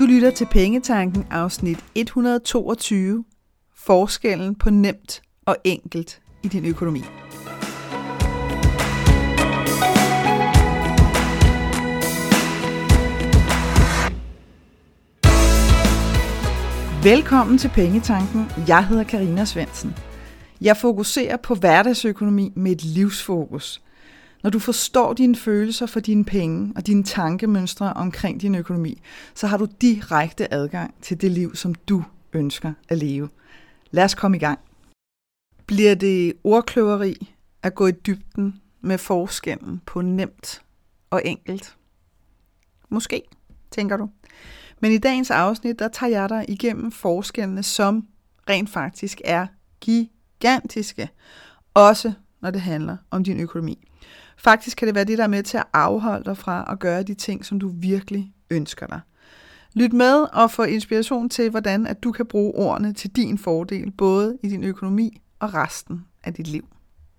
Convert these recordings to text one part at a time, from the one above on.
Du lytter til Pengetanken afsnit 122. Forskellen på nemt og enkelt i din økonomi. Velkommen til Pengetanken. Jeg hedder Karina Svendsen. Jeg fokuserer på hverdagsøkonomi med et livsfokus. Når du forstår dine følelser for dine penge og dine tankemønstre omkring din økonomi, så har du direkte adgang til det liv, som du ønsker at leve. Lad os komme i gang. Bliver det ordkløveri at gå i dybden med forskellen på nemt og enkelt? Måske, tænker du. Men i dagens afsnit, der tager jeg dig igennem forskellene, som rent faktisk er gigantiske. Også når det handler om din økonomi. Faktisk kan det være det, der er med til at afholde dig fra at gøre de ting, som du virkelig ønsker dig. Lyt med og få inspiration til, hvordan at du kan bruge ordene til din fordel, både i din økonomi og resten af dit liv.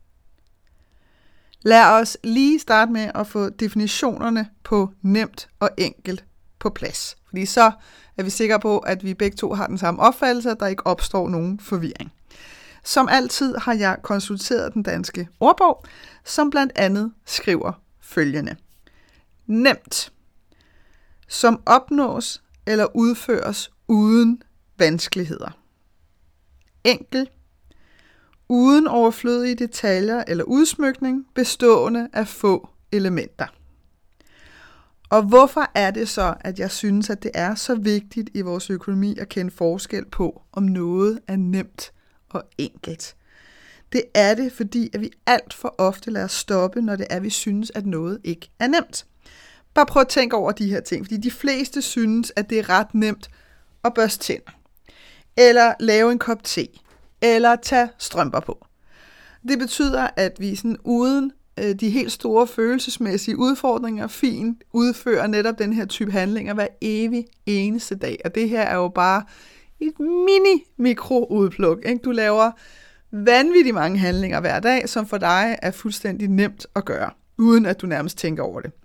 Lad os lige starte med at få definitionerne på nemt og enkelt på plads. Fordi så er vi sikre på, at vi begge to har den samme opfattelse, at der ikke opstår nogen forvirring. Som altid har jeg konsulteret den danske ordbog, som blandt andet skriver følgende. Nemt. Som opnås eller udføres uden vanskeligheder. Enkel. Uden overflødige detaljer eller udsmykning, bestående af få elementer. Og hvorfor er det så, at jeg synes, at det er så vigtigt i vores økonomi at kende forskel på, om noget er nemt og enkelt? Det er det, fordi at vi alt for ofte lader os stoppe, når det er, vi synes, at noget ikke er nemt. Bare prøv at tænke over de her ting, fordi de fleste synes, at det er ret nemt at børste tænder, eller lave en kop te, eller tage strømper på. Det betyder, at vi sådan uden de helt store følelsesmæssige udfordringer fint udfører netop den her type handlinger hver evig eneste dag. Og det her er jo bare et mini-mikro-udpluk. Ikke? Du laver vanvittigt mange handlinger hver dag, som for dig er fuldstændig nemt at gøre, uden at du nærmest tænker over det.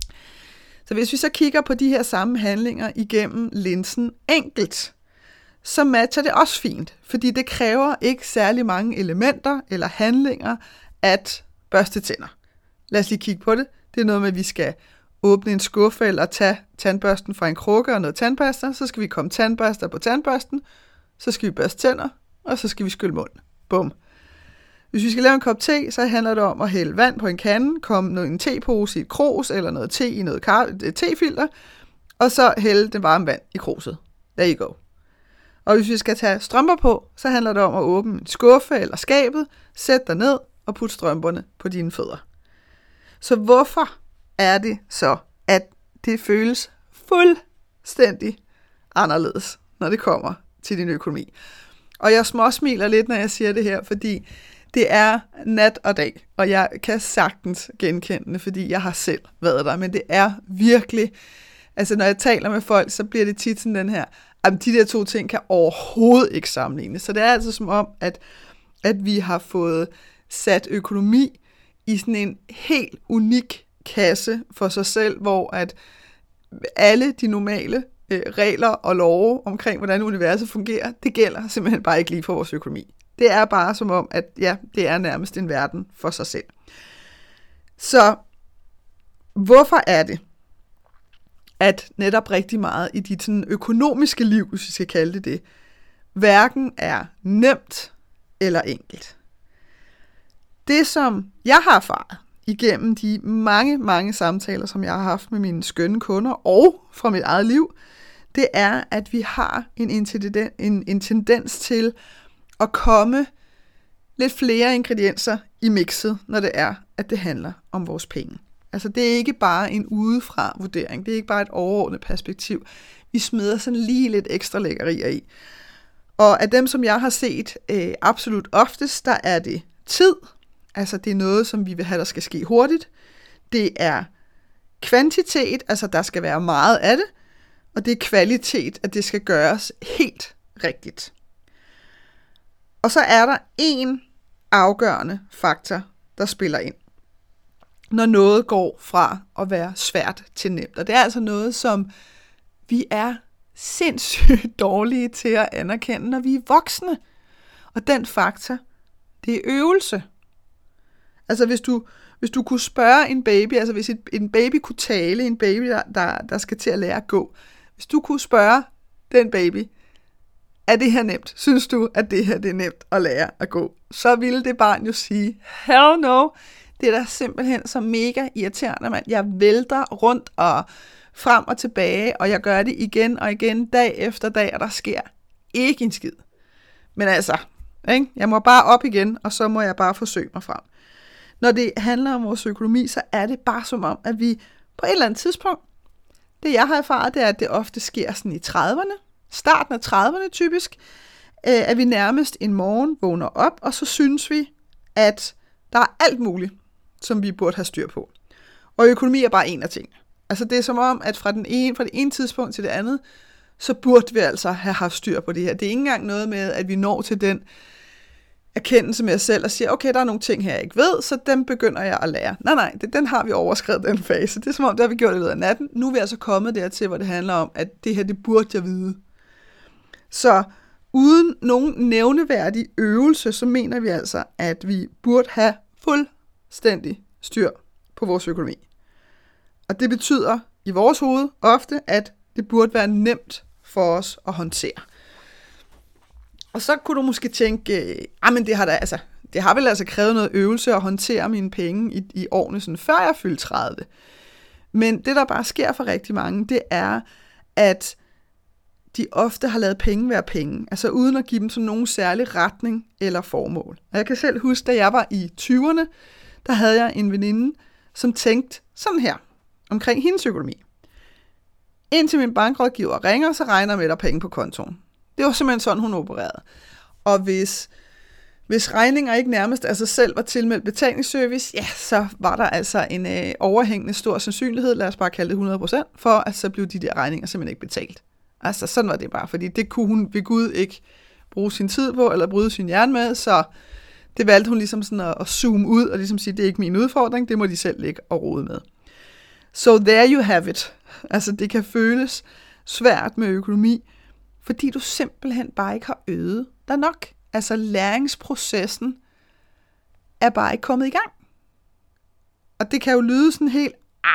Så hvis vi så kigger på de her samme handlinger igennem linsen enkelt, så matcher det også fint, fordi det kræver ikke særlig mange elementer eller handlinger at børste tænder. Lad os lige kigge på det. Det er noget med, at vi skal åbne en skuffe eller tage tandbørsten fra en krukke og noget tandpasta. Så skal vi komme tandpasta på tandbørsten. Så skal vi børste tænder, og så skal vi skylle munden. Bum. Hvis vi skal lave en kop te, så handler det om at hælde vand på en kande, komme en tepose i et krus eller noget te i noget tefilter, og så hælde det varme vand i kruset. There you go. Og hvis vi skal tage strømper på, så handler det om at åbne en skuffe eller skabet, sætte dig ned og putte strømperne på dine fødder. Så hvorfor er det så, at det føles fuldstændig anderledes, når det kommer til din økonomi? Og jeg småsmiler lidt, når jeg siger det her, fordi det er nat og dag, og jeg kan sagtens genkende det, fordi jeg har selv været der, men det er virkelig, altså når jeg taler med folk, så bliver det tit sådan den her, at de der to ting kan overhovedet ikke sammenlignes. Så det er altså som om, at vi har fået sat økonomi i sådan en helt unik kasse for sig selv, hvor at alle de normale regler og love omkring, hvordan universet fungerer, det gælder simpelthen bare ikke lige for vores økonomi. Det er bare som om, at ja, det er nærmest en verden for sig selv. Så hvorfor er det, at netop rigtig meget i dit sådan økonomiske liv, hvis vi skal kalde det, hverken er nemt eller enkelt? Det, som jeg har erfaret igennem de mange samtaler, som jeg har haft med mine skønne kunder og fra mit eget liv, det er, at vi har en tendens til at komme lidt flere ingredienser i mixet, når det er, at det handler om vores penge. Altså det er ikke bare en udefra vurdering, det er ikke bare et overordnet perspektiv. Vi smider sådan lige lidt ekstra lækkerier i. Og af dem, som jeg har set absolut oftest, der er det tid. Altså det er noget, som vi vil have, der skal ske hurtigt. Det er kvantitet, altså der skal være meget af det. Og det er kvalitet, at det skal gøres helt rigtigt. Og så er der en afgørende faktor, der spiller ind, når noget går fra at være svært til nemt. Og det er altså noget, som vi er sindssygt dårlige til at anerkende, når vi er voksne. Og den faktor, det er øvelse. Altså hvis du kunne spørge en baby, altså hvis en baby kunne tale, en baby, der skal til at lære at gå, hvis du kunne spørge den baby, er det her nemt? Synes du, at det her det er nemt at lære at gå? Så ville det barn jo sige, hell no, det er da simpelthen så mega irriterende, mand. Jeg vælter rundt og frem og tilbage, og jeg gør det igen og igen, dag efter dag, og der sker ikke en skid. Men altså, ikke? Jeg må bare op igen, og så må jeg bare forsøge mig frem. Når det handler om vores økonomi, så er det bare som om, at vi på et eller andet tidspunkt, det jeg har erfaret, det er, at det ofte sker sådan i 30'erne, starten af 30'erne typisk, at vi nærmest en morgen vågner op, og så synes vi, at der er alt muligt, som vi burde have styr på. Og økonomi er bare en af tingene. Altså det er som om, at fra det ene tidspunkt til det andet, så burde vi altså have haft styr på det her. Det er ikke engang noget med, at vi når til den erkendelse med os selv og siger, okay, der er nogle ting her, jeg ikke ved, så dem begynder jeg at lære. Nej, den har vi overskredet, den fase. Det er som om, det har vi gjort i løbet af natten. Nu er vi altså kommet dertil, hvor det handler om, at det her, det burde jeg vide. Så uden nogen nævneværdig øvelse, så mener vi altså, at vi burde have fuldstændig styr på vores økonomi. Og det betyder i vores hoved ofte, at det burde være nemt for os at håndtere. Og så kunne du måske tænke, men det har vel altså krævet noget øvelse at håndtere mine penge i årene, sådan, før jeg fyldte 30. Men det, der bare sker for rigtig mange, det er, at de ofte har lavet penge være penge, altså uden at give dem sådan nogen særlig retning eller formål. Og jeg kan selv huske, da jeg var i 20'erne, der havde jeg en veninde, som tænkte sådan her, omkring hendes økonomi. Indtil min bankrådgiver ringer, så regner jeg med, at der er penge på kontoen. Det var simpelthen sådan, hun opererede. Og hvis regninger ikke nærmest af sig selv var tilmeldt betalingsservice, ja, så var der altså en overhængende stor sandsynlighed, lad os bare kalde det 100%, for at så blev de der regninger simpelthen ikke betalt. Altså sådan var det bare, fordi det kunne hun ved Gud ikke bruge sin tid på, eller bryde sin hjerne med, så det valgte hun ligesom sådan at zoome ud, og ligesom sige, det er ikke min udfordring, det må de selv ligge og rode med. So there you have it. Altså det kan føles svært med økonomi, fordi du simpelthen bare ikke har øvet dig nok. Altså læringsprocessen er bare ikke kommet i gang. Og det kan jo lyde sådan helt,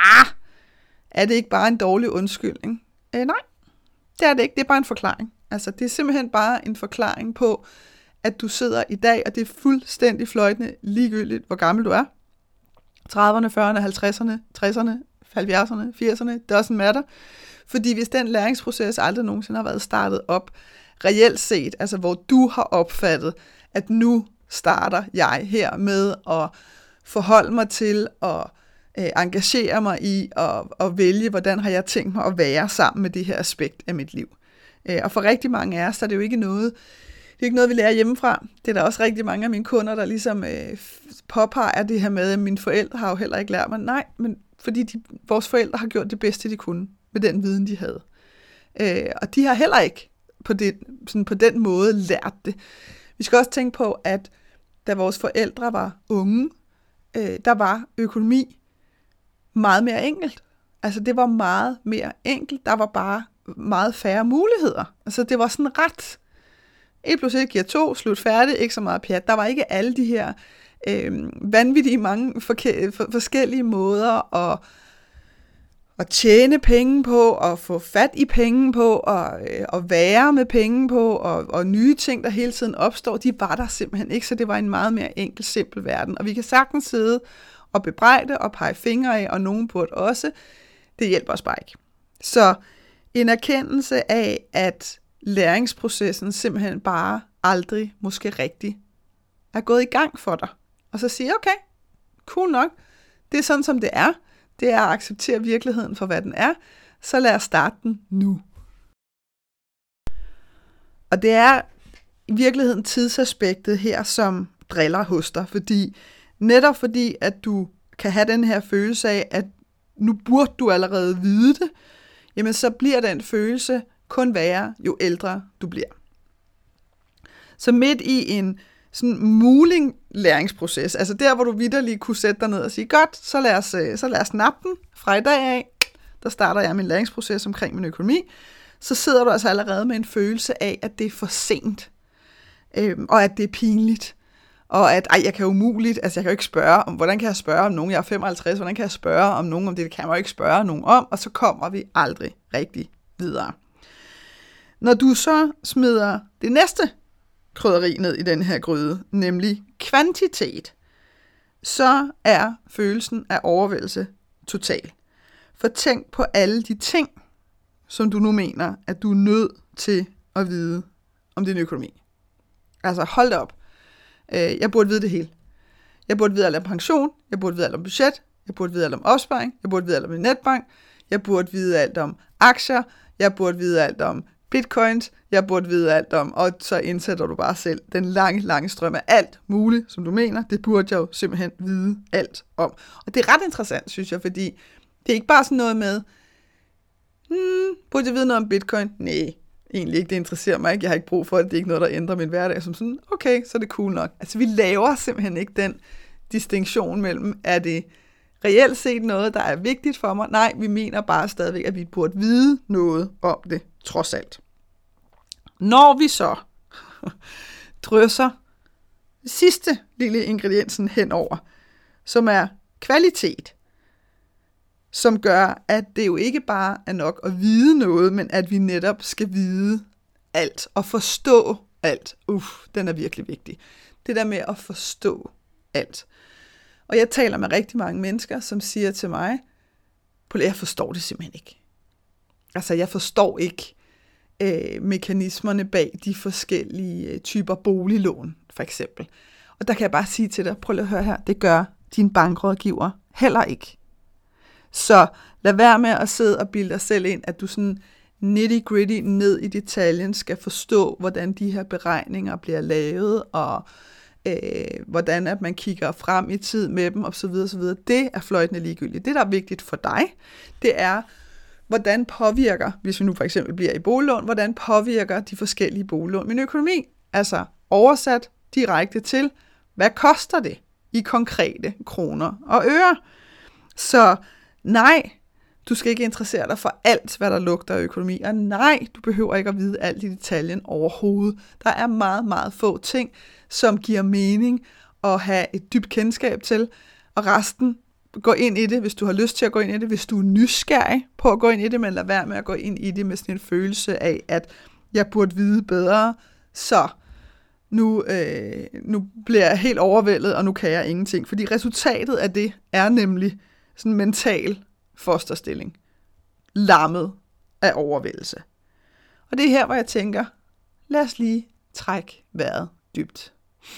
er det ikke bare en dårlig undskyldning? Nej, det er det ikke, det er bare en forklaring. Altså det er simpelthen bare en forklaring på, at du sidder i dag, og det er fuldstændig fløjtende ligegyldigt, hvor gammel du er. 30'erne, 40'erne, 50'erne, 60'erne, 70'erne, 80'erne, doesn't matter. Fordi hvis den læringsproces aldrig nogensinde har været startet op, reelt set, altså hvor du har opfattet, at nu starter jeg her med at forholde mig til at engagere mig i og vælge, hvordan har jeg tænkt mig at være sammen med det her aspekt af mit liv. Og for rigtig mange af os, der er det jo ikke noget, det er ikke noget, vi lærer hjemmefra. Det er der også rigtig mange af mine kunder, der ligesom påpeger det her med, at mine forældre har jo heller ikke lært mig. Nej, men fordi vores forældre har gjort det bedste, de kunne med den viden, de havde. Og de har heller ikke på den måde lært det. Vi skal også tænke på, at da vores forældre var unge, der var økonomi meget mere enkelt. Altså det var meget mere enkelt. Der var bare meget færre muligheder. Altså det var sådan ret 1 + 1 giver 2, slut færdig, ikke så meget pjat. Der var ikke alle de her vanvittige mange forskellige måder at tjene penge på, og få fat i penge på, og være med penge på, og nye ting, der hele tiden opstår, de var der simpelthen ikke, så det var en meget mere enkel, simpel verden. Og vi kan sagtens sidde og bebrejde og pege fingre af, og nogen burde også. Det hjælper os bare ikke. Så en erkendelse af, at læringsprocessen simpelthen bare aldrig, måske rigtig, er gået i gang for dig. Og så sige, okay, cool nok, det er sådan, som det er. Det er at acceptere virkeligheden for, hvad den er. Så lad os starte den nu. Og det er i virkeligheden tidsaspektet her, som driller hos dig. Netop fordi, at du kan have den her følelse af, at nu burde du allerede vide det, jamen så bliver den følelse kun værre, jo ældre du bliver. Så midt i en sådan mulig læringsproces, altså der, hvor du vitterligt kunne sætte dig ned og sige, godt, så lad os nappe den fra i dag af, der starter jeg min læringsproces omkring min økonomi, så sidder du altså allerede med en følelse af, at det er for sent, og at det er pinligt, og at jeg kan umuligt, altså jeg kan jo ikke spørge om, hvordan kan jeg spørge om nogen, jeg er 55, hvordan kan jeg spørge om nogen om det kan jeg jo ikke spørge nogen om, og så kommer vi aldrig rigtig videre. Når du så smider det næste krydderi ned i den her gryde, nemlig kvantitet, så er følelsen af overvældelse total. For tænk på alle de ting, som du nu mener, at du er nødt til at vide om din økonomi. Altså hold da op. Jeg burde vide det hele. Jeg burde vide alt om pension, jeg burde vide alt om budget, jeg burde vide alt om opsparing, jeg burde vide alt om min netbank, jeg burde vide alt om aktier, jeg burde vide alt om bitcoins, jeg burde vide alt om, og så indsætter du bare selv den lange strøm af alt muligt, som du mener, det burde jeg jo simpelthen vide alt om. Og det er ret interessant, synes jeg, fordi det er ikke bare sådan noget med, burde jeg vide noget om bitcoin? Nej, egentlig ikke, det interesserer mig ikke, jeg har ikke brug for det, det er ikke noget, der ændrer min hverdag, som sådan, okay, så er det cool nok. Altså vi laver simpelthen ikke den distinktion mellem, er det reelt set noget, der er vigtigt for mig? Nej, vi mener bare stadigvæk, at vi burde vide noget om det, trods alt. Når vi så drysser sidste lille ingrediensen henover, som er kvalitet, som gør, at det jo ikke bare er nok at vide noget, men at vi netop skal vide alt og forstå alt. Den er virkelig vigtig. Det der med at forstå alt. Og jeg taler med rigtig mange mennesker, som siger til mig, jeg forstår det simpelthen ikke. Altså, jeg forstår ikke mekanismerne bag de forskellige typer boliglån, for eksempel. Og der kan jeg bare sige til dig, prøv lige at høre her, det gør din bankrådgiver heller ikke. Så lad være med at sidde og bilde dig selv ind, at du sådan nitty-gritty ned i detaljen skal forstå, hvordan de her beregninger bliver lavet, og hvordan at man kigger frem i tid med dem, osv. osv. Det er fløjtende ligegyldigt. Det, der er vigtigt for dig, det er, hvordan påvirker, hvis vi nu for eksempel bliver i boliglån, hvordan påvirker de forskellige boliglån min økonomi? Altså oversat direkte til, hvad koster det i konkrete kroner og øre? Så nej, du skal ikke interessere dig for alt, hvad der lugter af økonomi, og nej, du behøver ikke at vide alt i detaljen overhovedet. Der er meget, meget få ting, som giver mening at have et dybt kendskab til, og resten gå ind i det, hvis du har lyst til at gå ind i det, hvis du er nysgerrig på at gå ind i det, men lad være med at gå ind i det med sådan en følelse af, at jeg burde vide bedre, så nu bliver jeg helt overvældet, og nu kan jeg ingenting. Fordi resultatet af det er nemlig sådan en mental fosterstilling, lammet af overvældelse. Og det er her, hvor jeg tænker, lad os lige trække vejret dybt.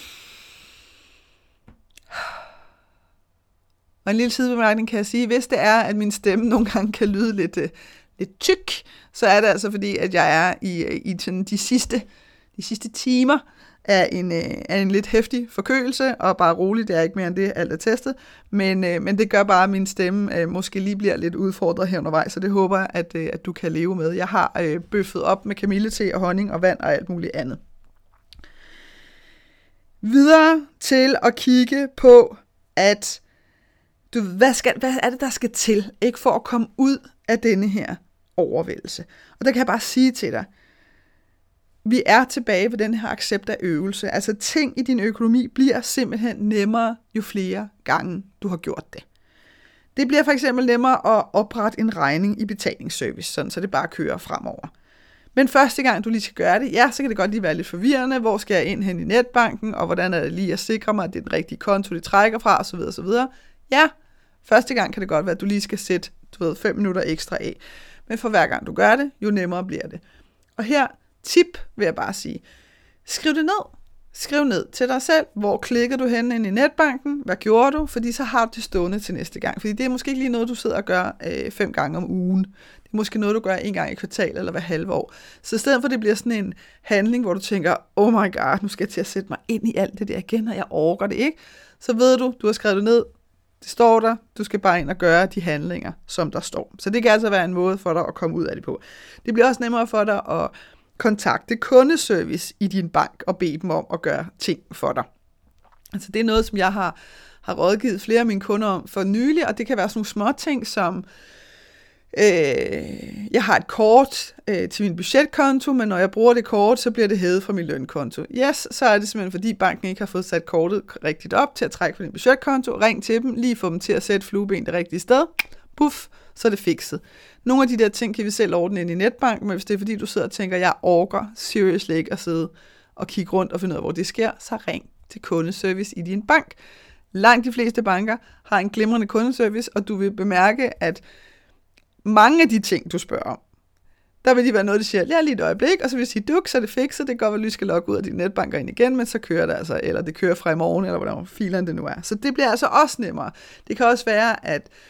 Og en lille sidebemærkning kan jeg sige, hvis det er, at min stemme nogle gange kan lyde lidt tyk, så er det altså fordi, at jeg er i sådan de sidste timer af en lidt heftig forkølelse, og bare roligt, det er ikke mere end det, alt er testet, men det gør bare, at min stemme måske lige bliver lidt udfordret her undervejs, så det håber jeg, at du kan leve med. Jeg har bøffet op med kamillete og honning og vand og alt muligt andet. Videre til at kigge på, at hvad er det, der skal til, ikke for at komme ud af denne her overvældelse. Og der kan jeg bare sige til dig, vi er tilbage ved den her accept af øvelse. Altså ting i din økonomi bliver simpelthen nemmere, jo flere gange du har gjort det. Det bliver for eksempel nemmere at oprette en regning i betalingsservice, sådan så det bare kører fremover. Men første gang du lige skal gøre det, ja, så kan det godt lige være lidt forvirrende. Hvor skal jeg ind hen i netbanken, og hvordan er det lige at sikre mig, at det er den rigtige konto, de trækker fra, osv. osv. Ja, første gang kan det godt være, at du lige skal sætte 5 minutter ekstra af. Men for hver gang du gør det, jo nemmere bliver det. Og her tip vil jeg bare sige, skriv det ned. Skriv ned til dig selv, hvor klikker du hen ind i netbanken, hvad gjorde du, fordi så har du det stående til næste gang. Fordi det er måske ikke lige noget, du sidder og gør 5 gange om ugen. Det er måske noget, du gør 1 gang i kvartal eller hver halve år. Så i stedet for, det bliver sådan en handling, hvor du tænker, oh my god, nu skal jeg til at sætte mig ind i alt det der igen, og jeg orker det ikke. Så ved du har skrevet det ned, det står der, du skal bare ind og gøre de handlinger, som der står. Så det kan altså være en måde for dig at komme ud af det på. Det bliver også nemmere for dig at kontakte kundeservice i din bank og bede dem om at gøre ting for dig. Altså det er noget, som jeg har rådgivet flere af mine kunder om for nylig, og det kan være sådan nogle små ting som, jeg har et kort til min budgetkonto, men når jeg bruger det kort, så bliver det hævet fra min lønkonto. Yes, så er det simpelthen, fordi banken ikke har fået sat kortet rigtigt op til at trække på din budgetkonto. Ring til dem, lige få dem til at sætte flueben det rigtige sted. Puff, så er det fikset. Nogle af de der ting kan vi selv ordne ind i netbanken, men hvis det er fordi, du sidder og tænker, jeg orker seriously ikke at sidde og kigge rundt og finde ud af, hvor det sker, så ring til kundeservice i din bank. Langt de fleste banker har en glimrende kundeservice, og du vil bemærke, at mange af de ting, du spørger om, der vil de være noget, der siger, lige et øjeblik, og så vil de sige, duk, så er det fikset, det går vel, at du skal logge ud af din netbanker ind igen, men så kører det altså, eller det kører fra i morgen, eller hvordan filerne det nu er. Så det bliver altså også nemmere. Det kan også være,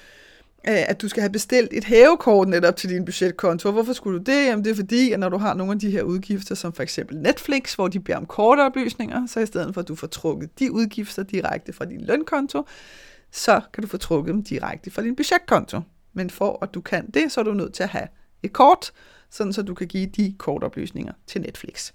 at du skal have bestilt et hævekort netop til din budgetkonto. Hvorfor skulle du det? Jamen det er fordi, at når du har nogle af de her udgifter, som for eksempel Netflix, hvor de beder om kortoplysninger, så i stedet for, at du får trukket de udgifter direkte fra din lønkonto, så kan du få trukket dem direkte fra din budgetkonto. Men for at du kan det, så er du nødt til at have et kort, sådan så du kan give de kortoplysninger til Netflix.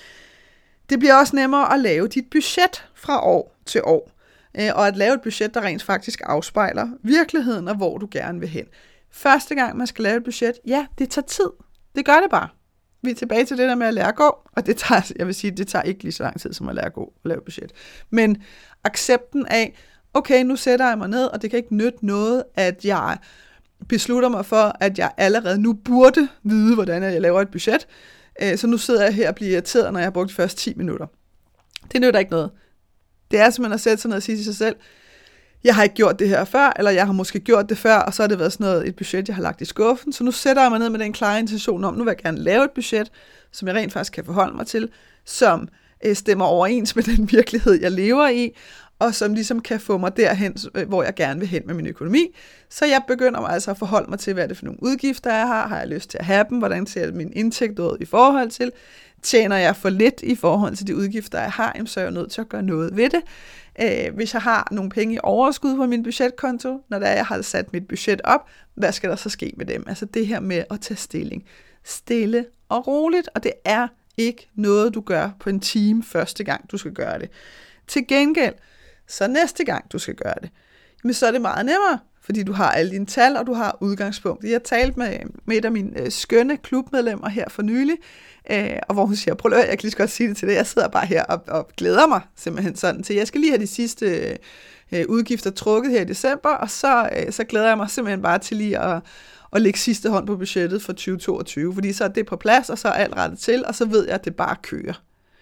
Det bliver også nemmere at lave dit budget fra år til år, og at lave et budget, der rent faktisk afspejler virkeligheden og hvor du gerne vil hen. Første gang man skal lave et budget, ja, det tager tid. Det gør det bare. Vi er tilbage til det der med at lære at gå, og det tager, jeg vil sige, det tager ikke lige så lang tid som at lære at gå og lave et budget. Men accepten af, okay, nu sætter jeg mig ned, og det kan ikke nytte noget, at jeg beslutter mig for, at jeg allerede nu burde vide, hvordan jeg laver et budget. Så nu sidder jeg her og bliver irriteret, når jeg har brugt de første 10 minutter. Det nytter ikke noget. Det er simpelthen at sætte sig ned og sige til sig selv, jeg har ikke gjort det her før, eller jeg har måske gjort det før, og så har det været sådan noget, et budget, jeg har lagt i skuffen. Så nu sætter jeg mig ned med den klare intention om, nu vil jeg gerne lave et budget, som jeg rent faktisk kan forholde mig til, som stemmer overens med den virkelighed, jeg lever i, og som ligesom kan få mig derhen, hvor jeg gerne vil hen med min økonomi. Så jeg begynder altså at forholde mig til, hvad er det for nogle udgifter, jeg har. Har jeg lyst til at have dem? Hvordan ser min indtægt ud i forhold til? Tjener jeg for lidt i forhold til de udgifter, jeg har, så er jeg nødt til at gøre noget ved det. Hvis jeg har nogle penge i overskud på min budgetkonto, når jeg har sat mit budget op, hvad skal der så ske med dem? Altså det her med at tage stilling. Stille og roligt, og det er ikke noget, du gør på en time første gang, du skal gøre det. Til gengæld, så næste gang, du skal gøre det, jamen så er det meget nemmere, fordi du har alle dine tal, og du har udgangspunkt. Jeg har talt med et af mine skønne klubmedlemmer her for nylig, og hvor hun siger, prøv at jeg kan lige så godt sige det til dig, jeg sidder bare her og glæder mig simpelthen sådan til, jeg skal lige have de sidste udgifter trukket her i december, og så glæder jeg mig simpelthen bare til lige at lægge sidste hånd på budgettet for 2022, fordi så er det på plads, og så er alt rettet til, og så ved jeg, at det bare kører.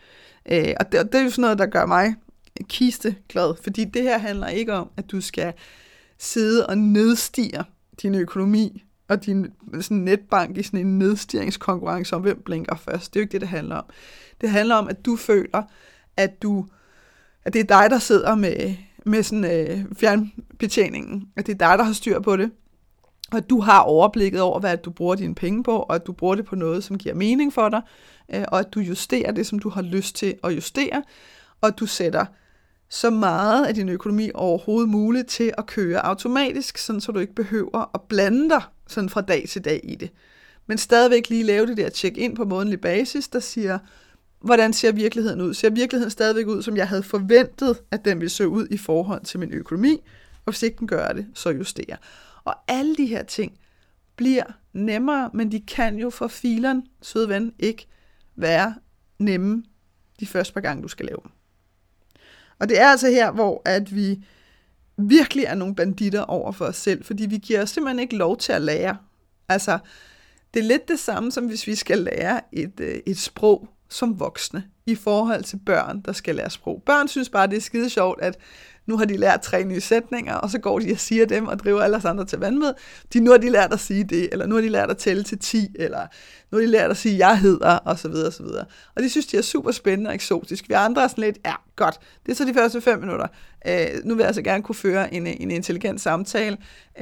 Og det er jo sådan noget, der gør mig kisteglad, fordi det her handler ikke om, at du skal sidde og nedstige din økonomi og din sådan netbank i sådan en nedstigningskonkurrence om, hvem blinker først. Det er jo ikke det, det handler om. Det handler om, at du føler, at det er dig, der sidder med sådan fjernbetjeningen, at det er dig, der har styr på det, og at du har overblikket over, hvad du bruger dine penge på, og at du bruger det på noget, som giver mening for dig, og at du justerer det, som du har lyst til at justere, og at du sætter så meget af din økonomi overhovedet muligt til at køre automatisk, sådan så du ikke behøver at blande dig sådan fra dag til dag i det. Men stadigvæk lige lave det der check-in på månedlig basis, der siger, hvordan ser virkeligheden ud? Ser virkeligheden stadigvæk ud, som jeg havde forventet, at den ville se ud i forhold til min økonomi? Og hvis ikke den gør det, så justerer. Og alle de her ting bliver nemmere, men de kan jo for fileren, søde ven, ikke være nemme de første par gange, du skal lave dem. Og det er altså her, hvor at vi virkelig er nogle banditter over for os selv, fordi vi giver os simpelthen ikke lov til at lære. Altså, det er lidt det samme, som hvis vi skal lære et sprog som voksne, i forhold til børn, der skal lære sprog. Børn synes bare, det er skide sjovt, at nu har de lært 3 nye sætninger, og så går de og siger dem, og driver alle os andre til vanvid. Nu har de lært at sige det, eller nu har de lært at tælle til 10, eller nu har de lært at sige, jeg hedder, og så videre, og så videre. Og de synes, de er super spændende og eksotisk. Vi andre er sådan lidt, ja, godt, det er så de første 5 minutter. Nu vil jeg altså gerne kunne føre en intelligent samtale,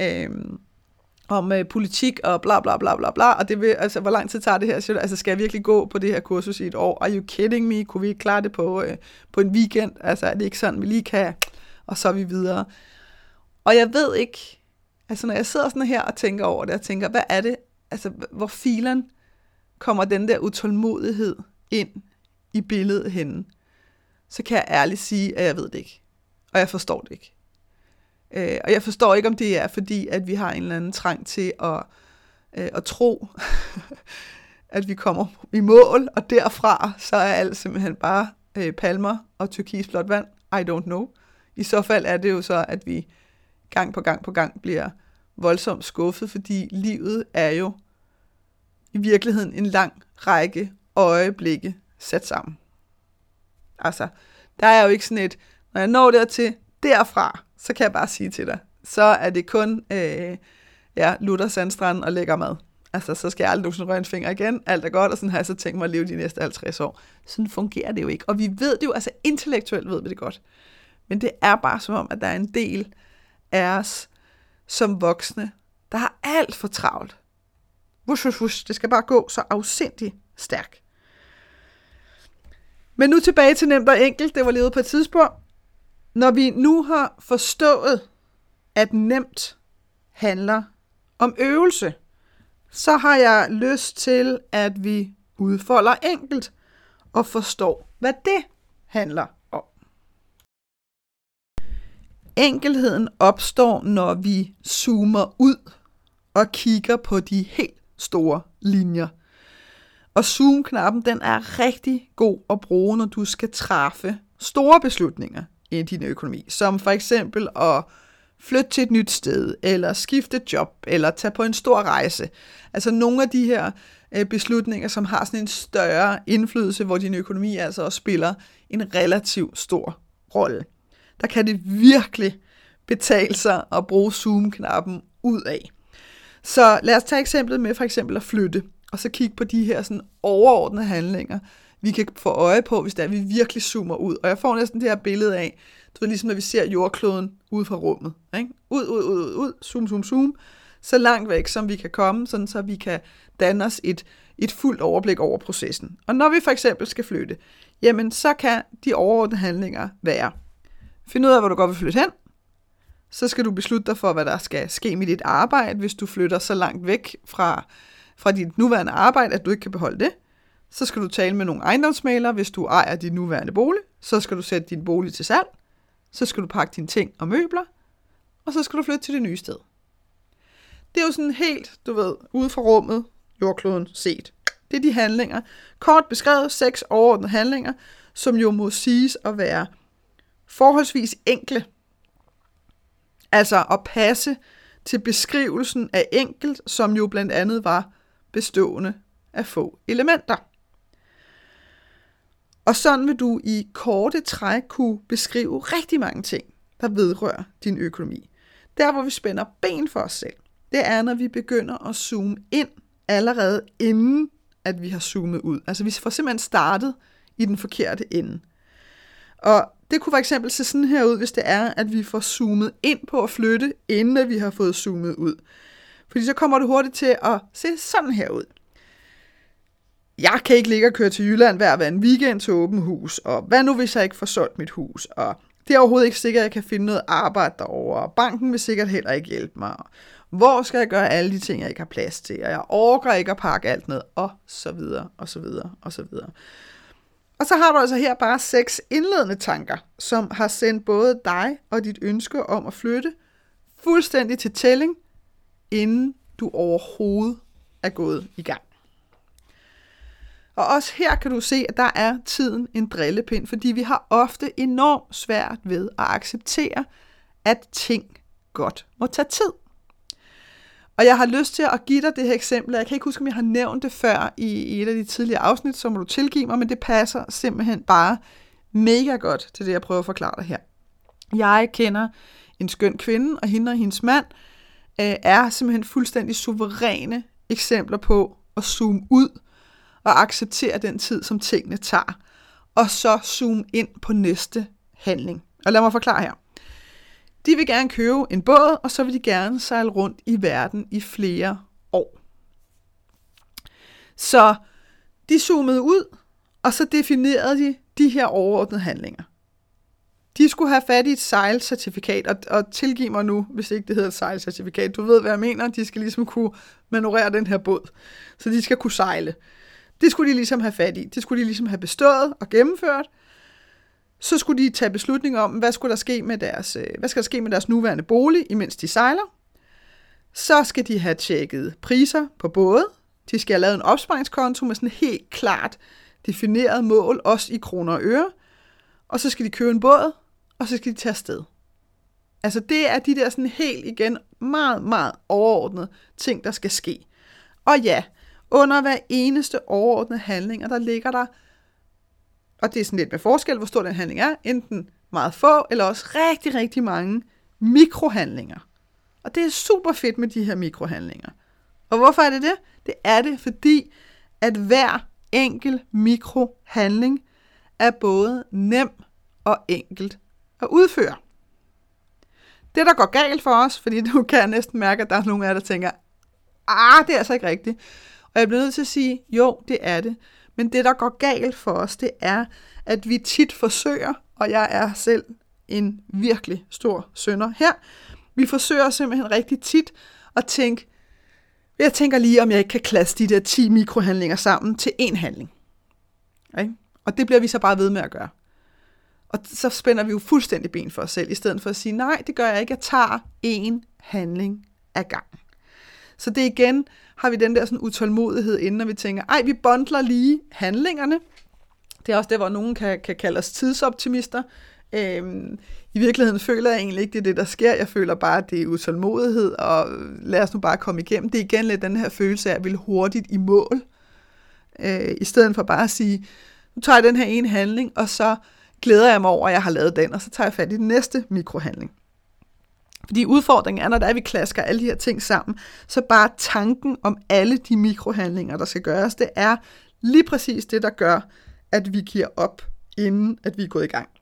om politik og bla bla bla bla bla, og det vil, altså, hvor lang tid tager det her? Altså, skal jeg virkelig gå på det her kursus i et år? Are you kidding me? Kunne vi ikke klare det på en weekend? Altså, er det ikke sådan, vi lige kan, og så er vi videre. Og jeg ved ikke, altså, når jeg sidder sådan her og tænker over det, og tænker, hvad er det, altså, hvor filen kommer den der utålmodighed ind i billedet henne, så kan jeg ærligt sige, at jeg ved det ikke, og jeg forstår det ikke. Og jeg forstår ikke, om det er fordi, at vi har en eller anden trang til og tro, at vi kommer i mål, og derfra så er alt simpelthen bare palmer og turkisblåt vand. I don't know. I så fald er det jo så, at vi gang på gang bliver voldsomt skuffet, fordi livet er jo i virkeligheden en lang række øjeblikke sat sammen. Altså, der er jo ikke sådan et, når jeg når dertil, derfra, så kan jeg bare sige til dig, så er det kun lutter sandstranden og lækker mad. Altså, så skal jeg aldrig nogensinde røre en finger igen, alt er godt, og sådan har jeg så tænkt mig at leve de næste 50 år. Sådan fungerer det jo ikke, og vi ved det jo, altså intellektuelt ved vi det godt. Men det er bare som om, at der er en del af os som voksne, der har alt for travlt. Det skal bare gå så afsindigt stærkt. Men nu tilbage til nemt og enkelt, det var levet på et tidspunkt. Når vi nu har forstået, at nemt handler om øvelse, så har jeg lyst til, at vi udfolder enkelt og forstår, hvad det handler om. Enkelheden opstår, når vi zoomer ud og kigger på de helt store linjer. Og zoom-knappen, den er rigtig god at bruge, når du skal træffe store beslutninger i din økonomi, som for eksempel at flytte til et nyt sted, eller skifte job, eller tage på en stor rejse. Altså nogle af de her beslutninger, som har sådan en større indflydelse, hvor din økonomi altså også spiller en relativt stor rolle. Der kan det virkelig betale sig at bruge zoom-knappen ud af. Så lad os tage eksemplet med for eksempel at flytte, og så kigge på de her sådan overordnede handlinger, vi kan få øje på, hvis det er, vi virkelig zoomer ud. Og jeg får næsten det her billede af, du ved, ligesom når vi ser jordkloden ude fra rummet. Ikke? Ud, zoom, så langt væk, som vi kan komme, sådan så vi kan danne os et fuldt overblik over processen. Og når vi for eksempel skal flytte, jamen så kan de overordnede handlinger være: find ud af, hvor du godt vil flytte hen. Så skal du beslutte dig for, hvad der skal ske med dit arbejde, hvis du flytter så langt væk fra dit nuværende arbejde, at du ikke kan beholde det. Så skal du tale med nogle ejendomsmæglere, hvis du ejer din nuværende bolig. Så skal du sætte din bolig til salg. Så skal du pakke dine ting og møbler. Og så skal du flytte til det nye sted. Det er jo sådan helt, du ved, ude fra rummet, jordkloden set. Det er de handlinger. Kort beskrevet 6 overordnede handlinger, som jo må siges at være forholdsvis enkle. Altså at passe til beskrivelsen af enkelt, som jo blandt andet var bestående af få elementer. Og sådan vil du i korte træk kunne beskrive rigtig mange ting, der vedrører din økonomi. Der, hvor vi spænder ben for os selv, det er, når vi begynder at zoome ind allerede inden, at vi har zoomet ud. Altså vi får simpelthen startet i den forkerte ende. Og det kunne for eksempel se sådan her ud, hvis det er, at vi får zoomet ind på at flytte, inden at vi har fået zoomet ud. Fordi så kommer det hurtigt til at se sådan her ud. Jeg kan ikke ligge og køre til Jylland hver en weekend til åben hus, og hvad nu hvis jeg ikke får solgt mit hus, og det er overhovedet ikke sikkert, at jeg kan finde noget arbejde derovre, og banken vil sikkert heller ikke hjælpe mig. Hvor skal jeg gøre alle de ting, jeg ikke har plads til, og jeg orker ikke at pakke alt ned, og så videre, og så videre, og så videre. Og så har du altså her bare 6 indledende tanker, som har sendt både dig og dit ønske om at flytte fuldstændig til tælling, inden du overhovedet er gået i gang. Og også her kan du se, at der er tiden en drillepind, fordi vi har ofte enormt svært ved at acceptere, at ting godt må tage tid. Og jeg har lyst til at give dig det her eksempel. Jeg kan ikke huske, om jeg har nævnt det før i et af de tidligere afsnit, så må du tilgive mig, men det passer simpelthen bare mega godt til det, jeg prøver at forklare dig her. Jeg kender en skøn kvinde, og hende og hendes mand er simpelthen fuldstændig suveræne eksempler på at zoome ud og acceptere den tid, som tingene tager, og så zoome ind på næste handling. Og lad mig forklare her. De vil gerne købe en båd, og så vil de gerne sejle rundt i verden i flere år. Så de zoomede ud, og så definerede de her overordnede handlinger. De skulle have fat i et sejlcertifikat, og tilgiv mig nu, hvis ikke det hedder et sejlcertifikat. Du ved, hvad jeg mener. De skal ligesom kunne manøvrere den her båd, så de skal kunne sejle. Det skulle de ligesom have fat i. Det skulle de ligesom have bestået og gennemført. Så skulle de tage beslutning om, hvad skal der ske med deres nuværende bolig, imens de sejler. Så skal de have tjekket priser på både. De skal have lavet en opsparingskonto med sådan helt klart defineret mål, også i kroner og øre. Og så skal de købe en båd, og så skal de tage afsted. Altså det er de der sådan helt igen meget, meget overordnede ting, der skal ske. Og ja, under hver eneste overordnede handling, og der ligger der, og det er sådan lidt med forskel, hvor stor den handling er, enten meget få, eller også rigtig, rigtig mange mikrohandlinger. Og det er super fedt med de her mikrohandlinger. Og hvorfor er det det? Det er det, fordi at hver enkelt mikrohandling er både nem og enkelt at udføre. Det, der går galt for os, fordi nu kan jeg næsten mærke, at der er nogle af jer, der tænker, det er altså ikke rigtigt. Og jeg bliver nødt til at sige, jo, det er det. Men det, der går galt for os, det er, at vi tit forsøger, og jeg er selv en virkelig stor synder her, vi forsøger simpelthen rigtig tit at tænke, jeg tænker lige, om jeg ikke kan klasse de der 10 mikrohandlinger sammen til én handling. Okay? Og det bliver vi så bare ved med at gøre. Og så spænder vi jo fuldstændig ben for os selv, i stedet for at sige, nej, det gør jeg ikke, jeg tager én handling ad gangen. Så det igen, har vi den der sådan utålmodighed inden, når vi tænker, vi bundler lige handlingerne. Det er også der, hvor nogen kan kalde os tidsoptimister. I virkeligheden føler jeg egentlig ikke, det er det, der sker. Jeg føler bare, at det er utålmodighed, og lad os nu bare komme igennem. Det er igen lidt den her følelse af at ville hurtigt i mål. I stedet for bare at sige, nu tager jeg den her ene handling, og så glæder jeg mig over, at jeg har lavet den, og så tager jeg fat i den næste mikrohandling. Fordi udfordringen er, når vi klasker alle de her ting sammen, så bare tanken om alle de mikrohandlinger, der skal gøres, det er lige præcis det, der gør, at vi giver op, inden at vi er gået i gang.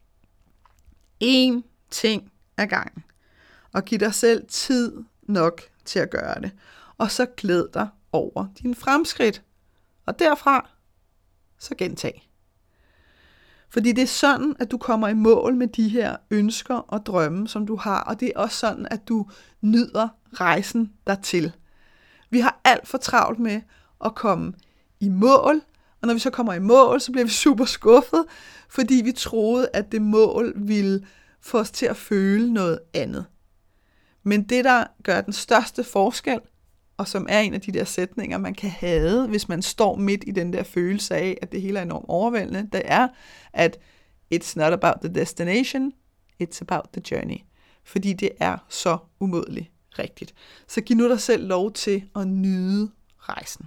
Én ting ad gangen. Og giv dig selv tid nok til at gøre det. Og så glæd dig over dine fremskridt. Og derfra, så gentag. Fordi det er sådan, at du kommer i mål med de her ønsker og drømme, som du har. Og det er også sådan, at du nyder rejsen dertil. Vi har alt for travlt med at komme i mål. Og når vi så kommer i mål, så bliver vi super skuffet, fordi vi troede, at det mål ville få os til at føle noget andet. Men det, der gør den største forskel, og som er en af de der sætninger, man kan have, hvis man står midt i den der følelse af, at det hele er enormt overvældende, det er, at it's not about the destination, it's about the journey. Fordi det er så umådeligt rigtigt. Så giv nu dig selv lov til at nyde rejsen.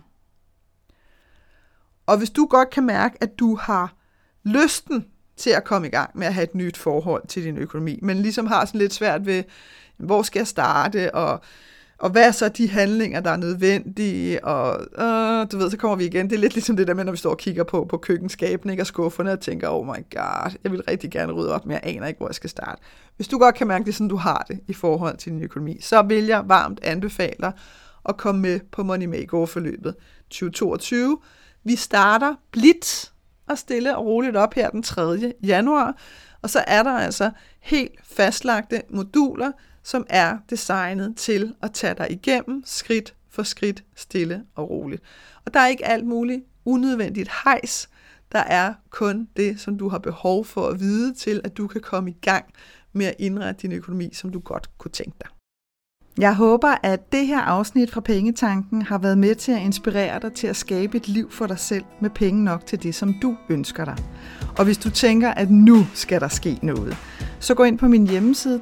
Og hvis du godt kan mærke, at du har lysten til at komme i gang med at have et nyt forhold til din økonomi, men ligesom har sådan lidt svært ved, hvor skal jeg starte, og hvad er så de handlinger, der er nødvendige, og du ved, så kommer vi igen. Det er lidt ligesom det der med, når vi står og kigger på køkkenskabene, ikke, og skufferne, og tænker, oh my god, jeg vil rigtig gerne rydde op, men jeg aner ikke, hvor jeg skal starte. Hvis du godt kan mærke, det er sådan, du har det i forhold til din økonomi, så vil jeg varmt anbefale dig at komme med på Money Makeover-forløbet 2022. Vi starter blidt og stille og roligt op her den 3. januar, og så er der altså helt fastlagte moduler, som er designet til at tage dig igennem skridt for skridt, stille og roligt. Og der er ikke alt muligt unødvendigt hejs. Der er kun det, som du har behov for at vide til, at du kan komme i gang med at indrette din økonomi, som du godt kunne tænke dig. Jeg håber, at det her afsnit fra Pengetanken har været med til at inspirere dig til at skabe et liv for dig selv med penge nok til det, som du ønsker dig. Og hvis du tænker, at nu skal der ske noget, så gå ind på min hjemmeside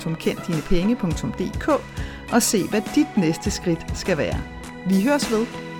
www.kenddinepenge.dk og se, hvad dit næste skridt skal være. Vi høres ved.